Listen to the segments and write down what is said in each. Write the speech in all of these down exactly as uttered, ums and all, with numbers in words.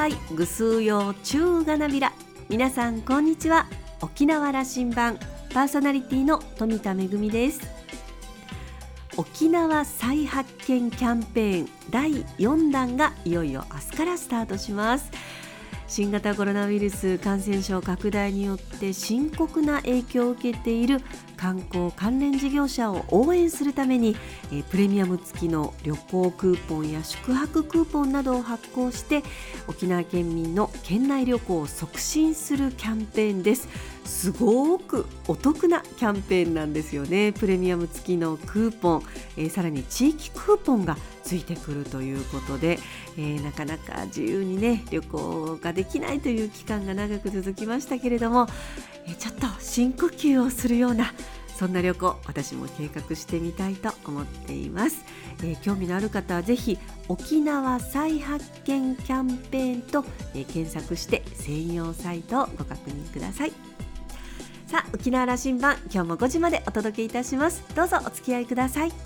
いぐすうようちゅうがなびら。皆さんこんにちは。沖縄羅針盤パーソナリティの富田恵です。沖縄再発見キャンペーンだいよんだんがいよいよ明日からスタートします。新型コロナウイルス感染症拡大によって深刻な影響を受けている観光関連事業者を応援するために、えプレミアム付きの旅行クーポンや宿泊クーポンなどを発行して沖縄県民の県内旅行を促進するキャンペーンです。すごくお得なキャンペーンなんですよね。プレミアム付きのクーポン、えー、さらに地域クーポンがついてくるということで、えー、なかなか自由にね旅行ができないという期間が長く続きましたけれども、えー、ちょっと深呼吸をするようなそんな旅行、私も計画してみたいと思っています。えー、興味のある方はぜひ沖縄再発見キャンペーンと、えー、検索して専用サイトをご確認ください。さあ、沖縄羅針盤、今日もごじまでお届けいたします。どうぞお付き合いください。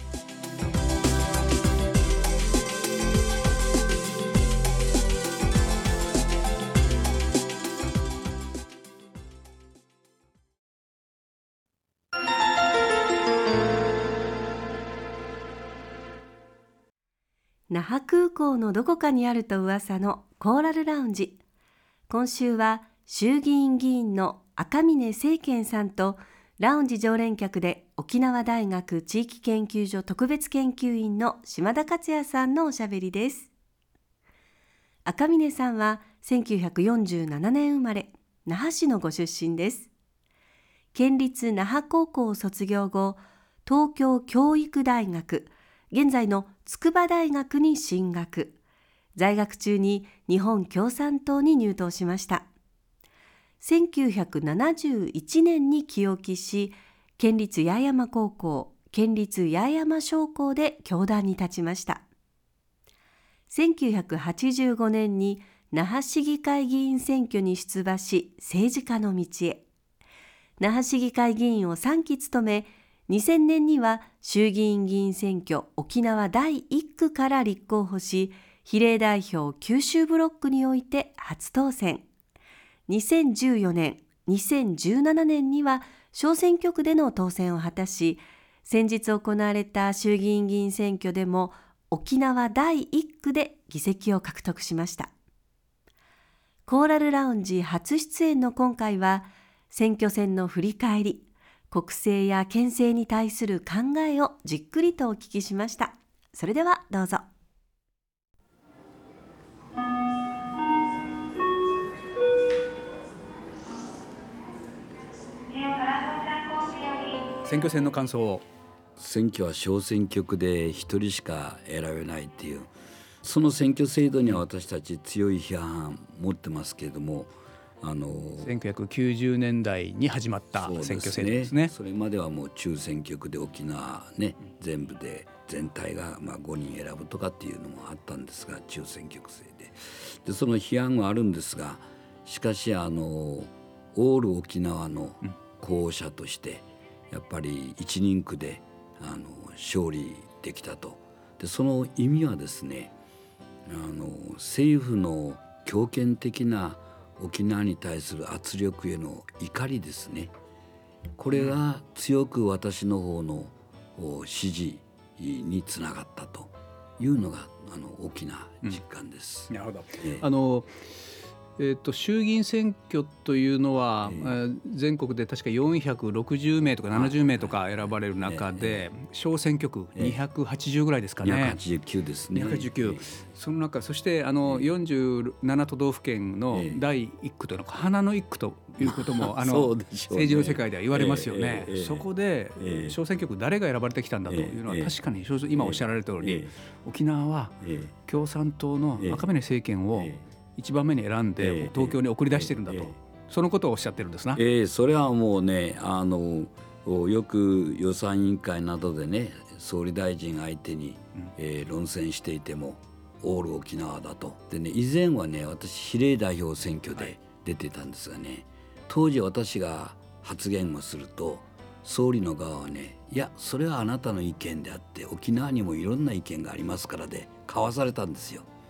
那覇空港のどこかにあると噂のコーラルラウンジ。今週は衆議院議員の赤嶺清健さんとラウンジ常連客で沖縄大学地域研究所特別研究員の島田克也さんのおしゃべりです。赤嶺さんはせんきゅうひゃくよんじゅうななねん生まれ、那覇市のご出身です。県立那覇高校を卒業後、東京教育大学、現在の筑波大学に進学。在学中に日本共産党に入党しました。せんきゅうひゃくななじゅういちねんに起用し、県立八重山高校、県立八重山商工で教壇に立ちました。せんきゅうひゃくはちじゅうごねんに那覇市議会議員選挙に出馬し、政治家の道へ。那覇市議会議員をさんき務め、にせんねんには衆議院議員選挙沖縄だいいっくから立候補し、比例代表九州ブロックにおいて初当選。にせんじゅうよねん、にせんじゅうななねんには小選挙区での当選を果たし、先日行われた衆議院議員選挙でも沖縄だいいっくで議席を獲得しました。コーラルラウンジ初出演の今回は、選挙戦の振り返り、国政や県政に対する考えをじっくりとお聞きしました。それではどうぞ。 選挙戦の感想を。 選挙は小選挙区で一人しか選べないっていう、その選挙制度には私たち強い批判を持ってますけれども、あのせんきゅうひゃくきゅうじゅうねんだいに始まった選挙制度ですね。 それまではもう中選挙区で沖縄ね、全部で全体がまあごにん選ぶとかっていうのもあったんですが、中選挙区制ででその批判はあるんですが、しかしあのオール沖縄の候補者としてやっぱり一人区であの勝利できたと。でその意味はですね、あの政府の強権的な沖縄に対する圧力への怒りですね。これが強く私の方の支持につながったというのがあの大きな実感です。 うん、なるほど。ええ、あのえー、と衆議院選挙というのは、えー、全国で確かよんひゃくろくじゅうめいとかななじゅうめいとか選ばれる中で、小選挙区にひゃくはちじゅうぐらいですかね。 にひゃくはちじゅうきゅうですね。 にひゃくはちじゅうきゅう、その中、そしてあのよんじゅうななとどう府県のだいいっくというのは花のいっくということもあの政治の世界では言われますよね。そこで小選挙区誰が選ばれてきたんだというのは確かに今おっしゃられたように、沖縄は共産党の赤嶺政権を一番目に選んで東京に送り出してるんだと、そのことをおっしゃってるんですな。 えー、それはもうね、あのよく予算委員会などでね、総理大臣相手に、うんえー、論戦していてもオール沖縄だと。でね、以前はね、私比例代表選挙で出てたんですがね、はい、当時私が発言をすると総理の側はね、いやそれはあなたの意見であって沖縄にもいろんな意見がありますからで交わされたんですよ。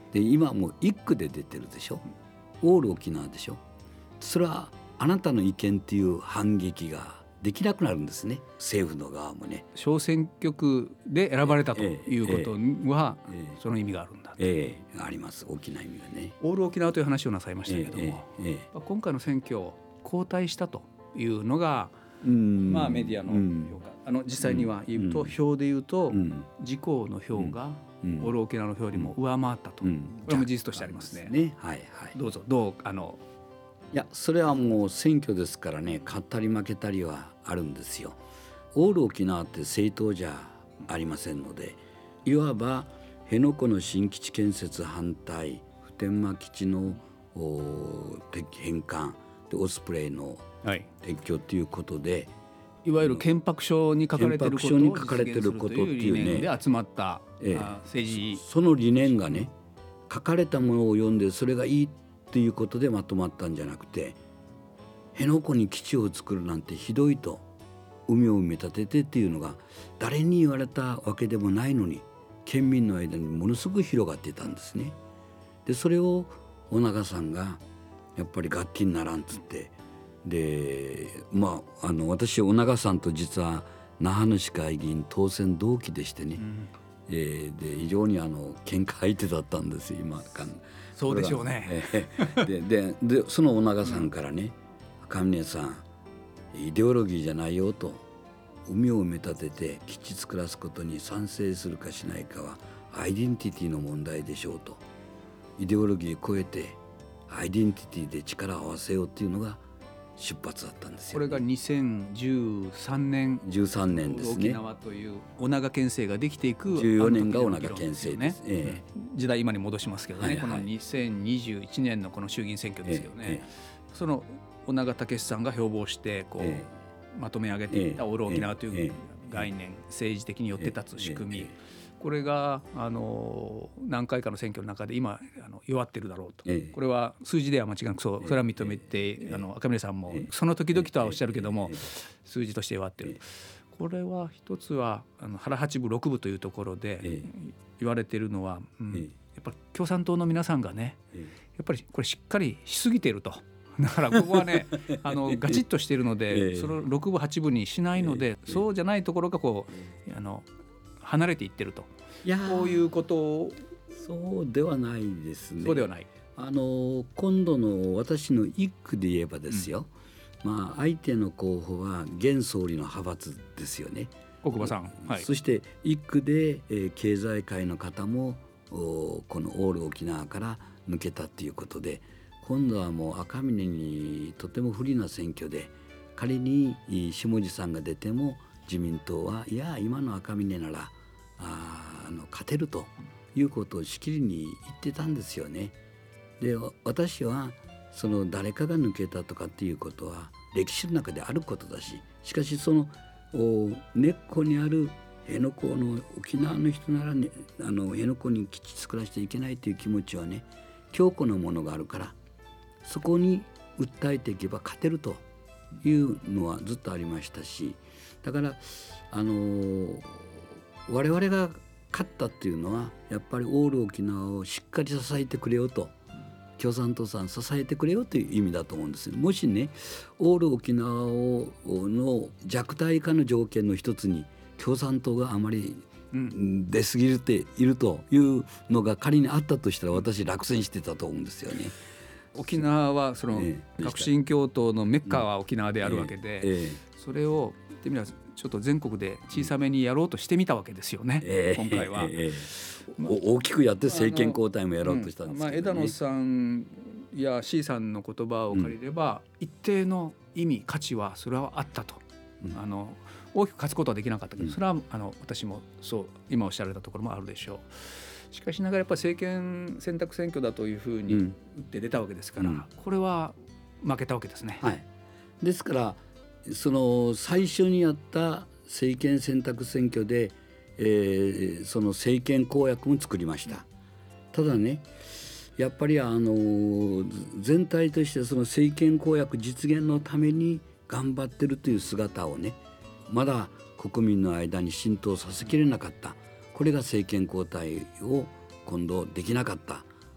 で今もう一区で出てるでしょ、オール沖縄でしょ。それはあなたの意見っていう反撃ができなくなるんですね、政府の側もね。 小選挙区で選ばれたということは、ええええ、その意味があるんだと、 ええ、あります、大きな意味がね。 オール沖縄という話をなさいましたけども、ええええ、今回の選挙交代したというのが、うんまあ、メディアの評価、うん、あの実際には言うと、うん、票で言うと、うん、自公の票が、うん、オール沖縄の票よりも上回ったと、うん、これも事実としてありますね。 ね、はいはい、 どうぞどうあのいやそれはもう選挙ですからね、勝ったり負けたりはあるんですよ。オール沖縄って政党じゃありませんので、いわば辺野古の新基地建設反対、普天間基地の返還でオスプレイの撤去ということで、はい、 いわゆる憲白書に書かれていることを実現するという理念で集まった、ええ、政治、 その理念がね、書かれたものを読んでそれがいいということでまとまったんじゃなくて、辺野古に基地を作るなんてひどいと、海を埋め立ててっていうのが誰に言われたわけでもないのに、県民の間にものすごく広がっていたんですね。でそれを尾長さんがやっぱり楽器にならんつって、でまああの私尾長さんと実は那覇の市会議員当選同期でしてね、うんえー、で非常にあの喧嘩相手だったんですよ今かんそうでしょうね。 えー、で, で, でその尾長さんからね、赤嶺さんイデオロギーじゃないよと、海を埋め立てて基地作らすことに賛成するかしないかはアイデンティティの問題でしょうと、イデオロギーを超えてアイデンティティで力を合わせようっていうのが出発だったんですよ、ね、 これがにせんじゅうさんねんじゅうさんねんですね。 沖縄という尾長県政ができていくじゅうよねんが尾長県政です、 ええ、時代今に戻しますけどね、はいはい、このにせんにじゅういちねんのこの衆議院選挙ですよね、ええ、その尾長武さんが標榜してこう、ええ、まとめ上げていったオール沖縄という概念、政治的によって立つ仕組み、ええこれがあの何回かの選挙の中で今あの弱ってるだろうと、ええ、これは数字では間違いなくそう、それは認めて、ええ、あの赤嶺さんもその時々とはおっしゃるけども、ええ、数字として弱ってる、ええ、これは一つはあの原八部六部というところで言われているのは、うんええ、やっぱり共産党の皆さんがね、ええ、やっぱりこれしっかりしすぎていると。だからここはねあのガチッとしているので、ええ、その六部八部にしないので、ええ、そうじゃないところがこうあの離れていってると、いやこういうことを。 そうではないですね。 そうではない。 あの今度の私の一区で言えばですよ、うんまあ、相手の候補は現総理の派閥ですよね、 国場さん、はい、 そして一区で、えー、経済界の方もこのオール沖縄から抜けたということで、今度はもう赤嶺にとても不利な選挙で、仮に下地さんが出ても自民党はいや今の赤嶺ならああの勝てるということをしきりに言ってたんですよね。で私はその誰かが抜けたとかっていうことは歴史の中であることだし、しかしその根っこにある辺野古の沖縄の人なら、ね、あの辺野古に基地作らせていけないという気持ちはね強固なものがあるから、そこに訴えていけば勝てるというのはずっとありましたし、だからあの我々が勝ったっていうのはやっぱりオール沖縄をしっかり支えてくれよと、共産党さん支えてくれよという意味だと思うんです。もしねオール沖縄をの弱体化の条件の一つに共産党があまり出過ぎているというのが仮にあったとしたら、私落選してたと思うんですよね。 沖縄はその革新共闘のメッカは沖縄であるわけで、えええ、それを言ってみればちょっと全国で小さめにやろうとしてみたわけですよね、えー、今回は、えーまあ、大きくやって政権交代もやろうとしたんですけど、ね、 まあ、枝野さんや C さんの言葉を借りれば、うん、一定の意味価値はそれはあったと、うん、あの大きく勝つことはできなかったけど、それはあの私もそう今おっしゃられたところもあるでしょう。しかしながらやっぱり政権選択選挙だというふうに打って出たわけですから、うん、これは負けたわけですね、 はい、ですからその最初にやった政権選択選挙で、えー、その政権公約も作りました。ただねやっぱりあの全体としてその政権公約実現のために頑張ってるという姿をねまだ国民の間に浸透させきれなかった。これが政権交代を今度できなかった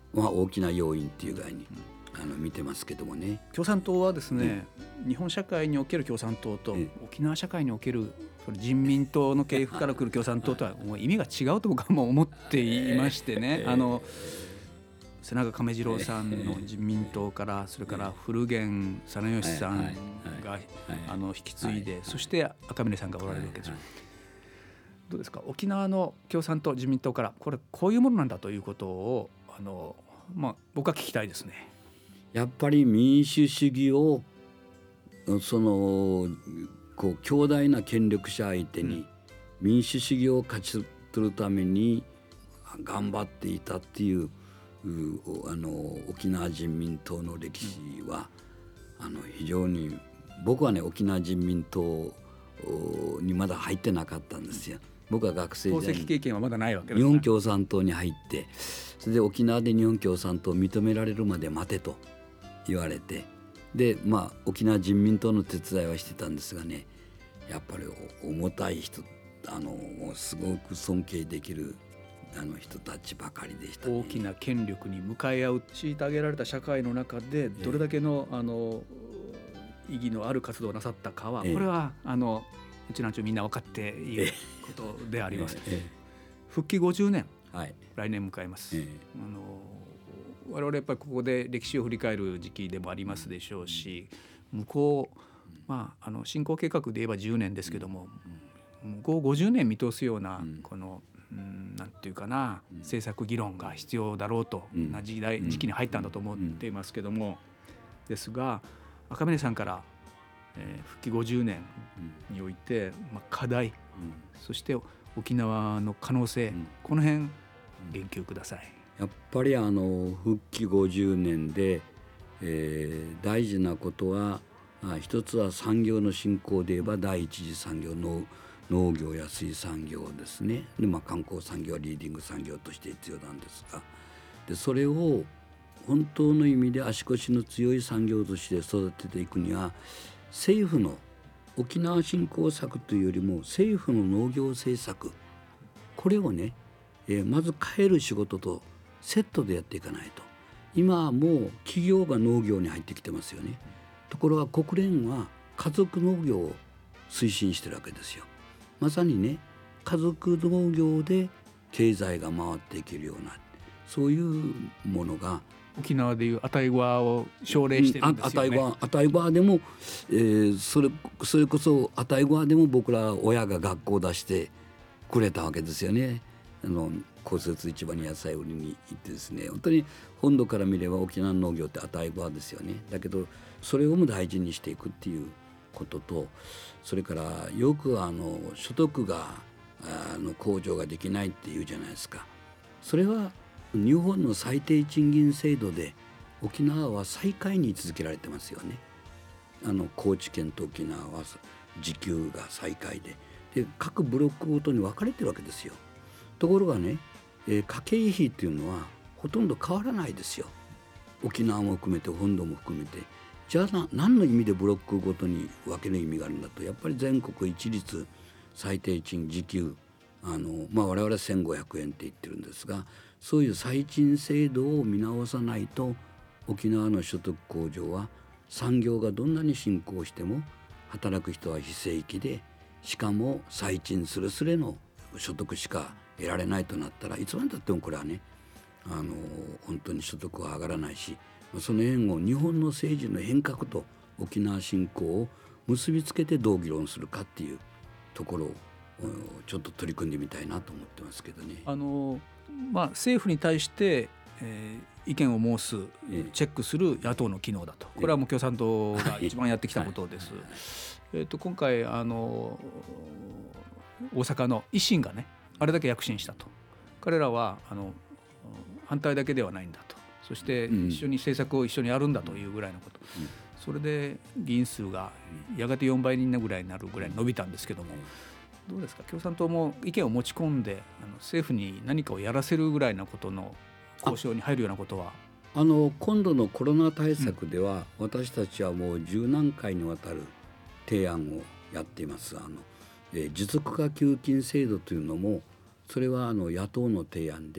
まあ、大きな要因っていう具合に、うん、あの見てますけどもね。 共産党はですね、うん、日本社会における共産党と、沖縄社会におけるその人民党の系譜から来る共産党とはもう意味が違うと僕はもう思っていましてね、あの瀬長亀次郎さんの人民党からそれから古源実義さんがあの引き継いで、そして赤嶺さんがおられるわけですよ。どうですか、沖縄の共産党自民党からこれこういうものなんだということをあの、まあ、僕は聞きたいですね。 やっぱり民主主義をそのこう強大な権力者相手に民主主義を勝ち取るために頑張っていたっていうあの沖縄人民党の歴史はあの非常に、僕はね沖縄人民党にまだ入ってなかったんですよ。僕は学生時代に党籍経験はまだないわけですね。 日本共産党に入って、それで沖縄で日本共産党を認められるまで待てと言われて、でまあ沖縄人民党の手伝いはしてたんですがね、やっぱり重たい人、あのすごく尊敬できるあの人たちばかりでしたね。 大きな権力に向かい合う虐げられた社会の中でどれだけの、あの意義のある活動をなさったかは、これはあのうちなんちゅうみんな分かっていることであります。復帰ごじゅうねん、はい、来年迎えます。あの我々やっぱりここで歴史を振り返る時期でもありますでしょうし、向こう、まあ、あの進行計画で言えばじゅうねんですけども、向こうごじゅうねん見通すようなこの、うん、なんていうかな、政策議論が必要だろうとな時代時期に入ったんだと思っていますけども、ですが赤嶺さんから、えー、復帰ごじゅうねんにおいて、まあ、課題、そして沖縄の可能性、この辺言及ください。 やっぱりあの復帰ごじゅうねんで、えー、大事なことは、あ一つは産業の振興で言えば第一次産業の農業や水産業ですね。で、まあ、観光産業はリーディング産業として必要なんですが、でそれを本当の意味で足腰の強い産業として育てていくには、政府の沖縄振興策というよりも政府の農業政策、これをね、えー、まず変える仕事とセットでやっていかないと。今はもう企業が農業に入ってきてますよね。ところが国連は家族農業を推進してるわけですよ。まさにね、家族農業で経済が回っていけるような、そういうものが沖縄でいうアタイゴアを奨励してるんですよね。 アタイゴアでも、えー、それそれこそアタイゴアでも僕ら親が学校を出してくれたわけですよね。あの公設市場に野菜売りに行ってですね、本当に本土から見れば沖縄の農業ってアタイゴアですよね。だけどそれをも大事にしていくっていうことと、それからよくあの所得があの控除ができないっていうじゃないですか。それは日本の最低賃金制度で沖縄は最下位に位置づけられてますよね。あの高知県と沖縄は時給が最下位で、で各ブロックごとに分かれてるわけですよ。ところがね、えー、家計費っていうのはほとんど変わらないですよ。沖縄も含めて本土も含めて。じゃあ何の意味でブロックごとに分ける意味があるんだと、やっぱり全国一律最低賃時給、あの、まあ、我々せんごひゃくえんって言ってるんですが、そういう最賃制度を見直さないと沖縄の所得向上は、産業がどんなに進行しても働く人は非正規で、しかも最賃すれすれの所得しか得られないとなったら、いつまでたってもこれはね、あの本当に所得は上がらないし、その辺を日本の政治の変革と沖縄振興を結びつけてどう議論するかっていうところをちょっと取り組んでみたいなと思ってますけどね。 あの、まあ、政府に対して、えー、意見を申す、チェックする野党の機能だと、これはもう共産党が一番やってきたことです。えーと、今回あの大阪の維新がね、あれだけ躍進したと。彼らはあの反対だけではないんだと、そして一緒に政策を一緒にやるんだというぐらいのこと、うん、それで議員数がやがてよんばいにぐらいになるぐらい伸びたんですけども、どうですか、共産党も意見を持ち込んであの政府に何かをやらせるぐらいのことの交渉に入るようなことは。 あの今度のコロナ対策では、うん、私たちはもう十何回にわたる提案をやっています。あの、えー、持続化給付金制度というのも、それはあの野党の提案で、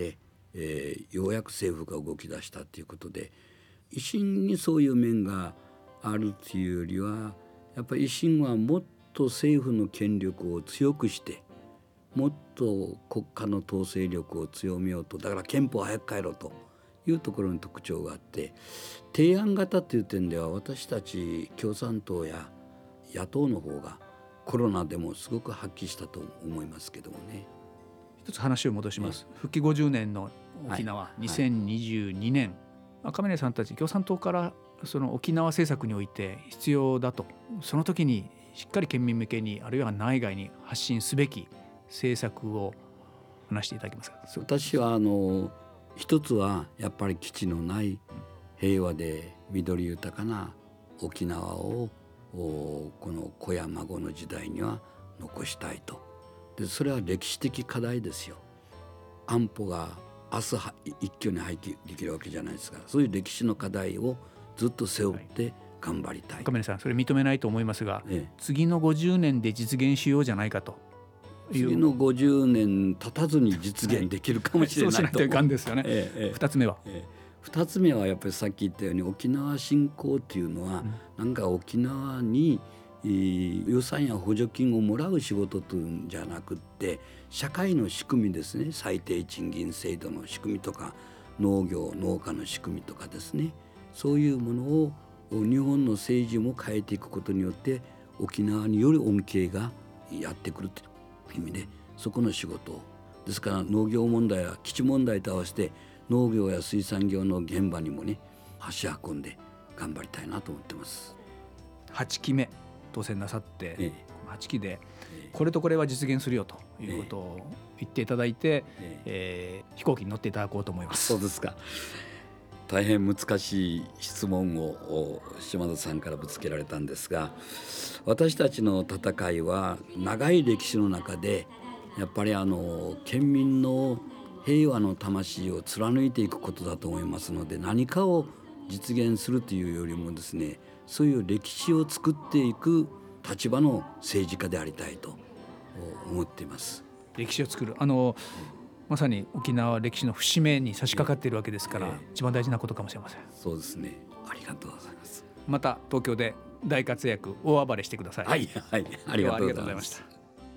えー、ようやく政府が動き出したということで、維新にそういう面があるというよりは、やっぱり維新はもっと政府の権力を強くして、もっと国家の統制力を強めようと、だから憲法を早く変えろというところに特徴があって、提案型という点では私たち共産党や野党の方がコロナでもすごく発揮したと思いますけどもね。 一つ話を戻します。復帰ごじゅうねんの沖縄、はい、にせんにじゅうにねん、はい、赤嶺さんたち共産党からその沖縄政策において必要だと、その時にしっかり県民向けにあるいは内外に発信すべき政策を話していただけますか。 私はあの一つはやっぱり基地のない平和で緑豊かな沖縄をこの子や孫の時代には残したいと。でそれは歴史的課題ですよ。安保が明日一挙に廃棄できるわけじゃないですか。そういう歴史の課題をずっと背負って頑張りたい。 赤嶺さん、それ認めないと思いますが、ええ、次のごじゅうねんで実現しようじゃないかと。 次のごじゅうねん経たずに実現できるかもしれないと、はい、そうしないといかんですよね。ええ、ふたつめは、ええ、ふたつめはやっぱりさっき言ったように沖縄振興っていうのは、うん、なんか沖縄に予算や補助金をもらう仕事というんじゃなくって、社会の仕組みですね、最低賃金制度の仕組みとか農業農家の仕組みとかですね、そういうものを日本の政治も変えていくことによって沖縄により恩恵がやってくるという意味で、そこの仕事ですから、農業問題や基地問題と合わせて農業や水産業の現場にもね足運んで頑張りたいなと思ってます。 はちきめ当選なさって、ええ、はちきでこれとこれは実現するよということを言っていただいて、えええー、飛行機に乗っていただこうと思います。 そうですか。大変難しい質問を島田さんからぶつけられたんですが、私たちの戦いは長い歴史の中でやっぱりあの県民の平和の魂を貫いていくことだと思いますので、何かを実現するというよりもですね、そういう歴史を作っていく立場の政治家でありたいと思っています。 歴史を作る、あのまさに沖縄は歴史の節目に差し掛かっているわけですから、えー、一番大事なことかもしれません。 そうですね。ありがとうございます。 また東京で大活躍大暴れしてください。 はいはい、ありがとうございました。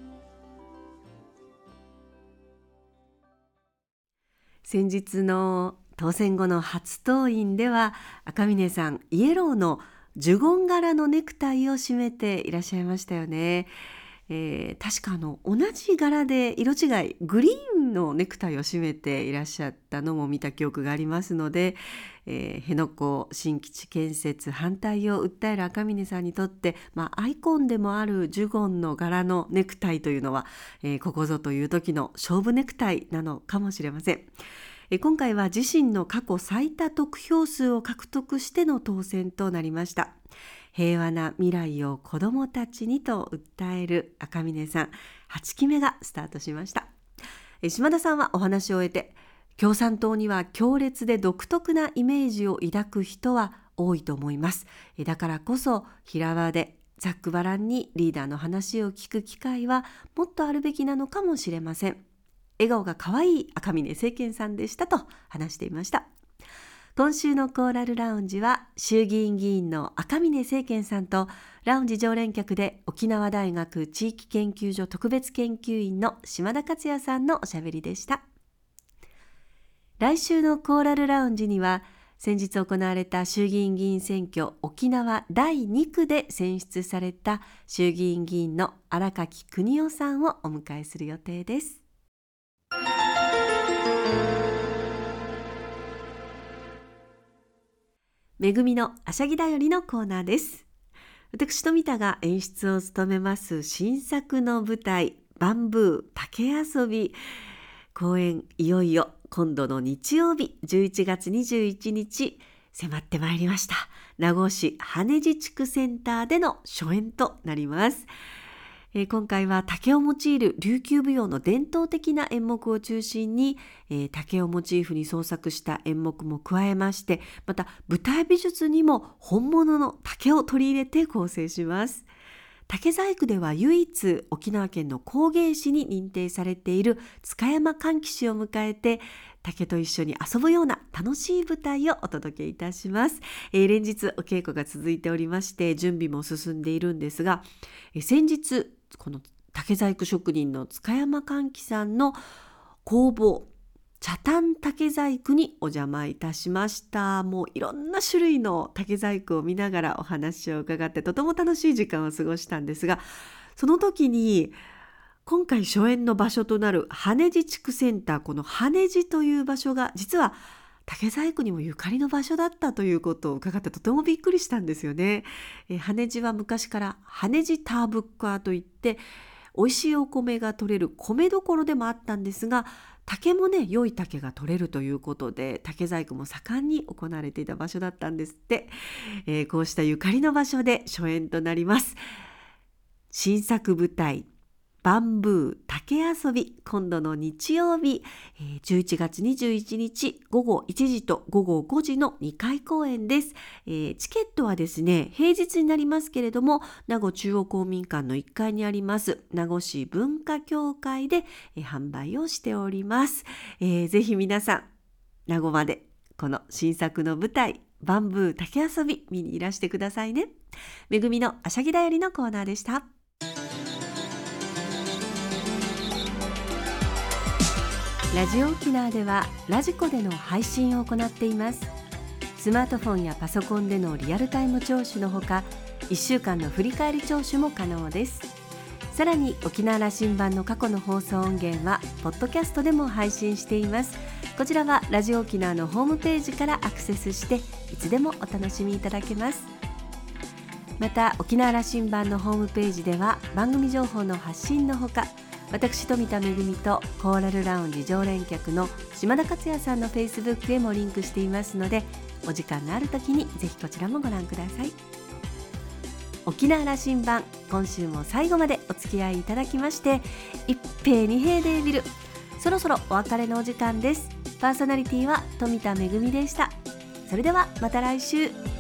先日の当選後の初登院では赤嶺さん、イエローのジュゴン柄のネクタイを締めていらっしゃいましたよね。えー、確かあの同じ柄で色違いグリーンのネクタイを締めていらっしゃったのも見た記憶がありますので、えー、辺野古新基地建設反対を訴える赤嶺さんにとって、まあ、アイコンでもあるジュゴンの柄のネクタイというのは、えー、ここぞという時の勝負ネクタイなのかもしれません。えー、今回は自身の過去最多得票数を獲得しての当選となりました。平和な未来を子どもたちにと訴える赤嶺さん、はちきめがスタートしました。島田さんはお話を終えて、共産党には強烈で独特なイメージを抱く人は多いと思います。だからこそ平和でざっくばらんにリーダーの話を聞く機会はもっとあるべきなのかもしれません。笑顔が可愛い赤嶺政賢さんでしたと話していました。今週のコーラルラウンジは衆議院議員の赤嶺政賢さんとラウンジ常連客で沖縄大学地域研究所特別研究員の島田克也さんのおしゃべりでした。来週のコーラルラウンジには先日行われた衆議院議員選挙沖縄だいにくで選出された衆議院議員の荒垣邦夫さんをお迎えする予定です。めぐみのあしゃぎだよりのコーナーです。私富田が演出を務めます新作の舞台バンブー竹遊び公演、いよいよ今度の日曜日じゅういちがつにじゅういちにち迫ってまいりました。名護市羽地地区センターでの初演となります。えー、今回は竹を用いる琉球舞踊の伝統的な演目を中心に、えー、竹をモチーフに創作した演目も加えまして、また舞台美術にも本物の竹を取り入れて構成します。 竹細工では唯一沖縄県の工芸士に認定されている塚山柑橘士を迎えて、竹と一緒に遊ぶような楽しい舞台をお届けいたします。えー、連日お稽古が続いておりまして、準備も進んでいるんですが、えー、先日この竹細工職人の塚山柑橘さんの工房茶炭竹細工にお邪魔いたしました。もういろんな種類の竹細工を見ながらお話を伺って、とても楽しい時間を過ごしたんですが、その時に今回初演の場所となる羽地地区センター、この羽地という場所が実は竹細工にもゆかりの場所だったということを伺って、とてもびっくりしたんですよね。え羽地は昔から羽地ターブッカーといって、美味しいお米が取れる米どころでもあったんですが、竹もね、良い竹が取れるということで、竹細工も盛んに行われていた場所だったんですって。えー、こうしたゆかりの場所で初演となります。新作舞台バンブー竹遊び、今度の日曜日、じゅういちがつにじゅういちにちごごいちじとごごごじのにかい公演です。えー、チケットはですね、平日になりますけれども、名護中央公民館のいっかいにあります名護市文化協会で、えー、販売をしております。えー、ぜひ皆さん名護までこの新作の舞台バンブー竹遊び見にいらしてくださいね。めぐみのあしゃぎだよりのコーナーでした。ラジオ沖縄ではラジコでの配信を行っています。スマートフォンやパソコンでのリアルタイム聴取のほか、いっしゅうかんの振り返り聴取も可能です。さらに沖縄羅針盤の過去の放送音源はポッドキャストでも配信しています。こちらはラジオ沖縄のホームページからアクセスして、いつでもお楽しみいただけます。また沖縄羅針盤のホームページでは番組情報の発信のほか、私富田恵とコーラルラウンジ常連客の島田克也さんの Facebook へもリンクしていますので、お時間のある時にぜひこちらもご覧ください。沖縄羅針盤、今週も最後までお付き合いいただきまして一平二平デービル、そろそろお別れのお時間です。パーソナリティは富田恵でした。それではまた来週。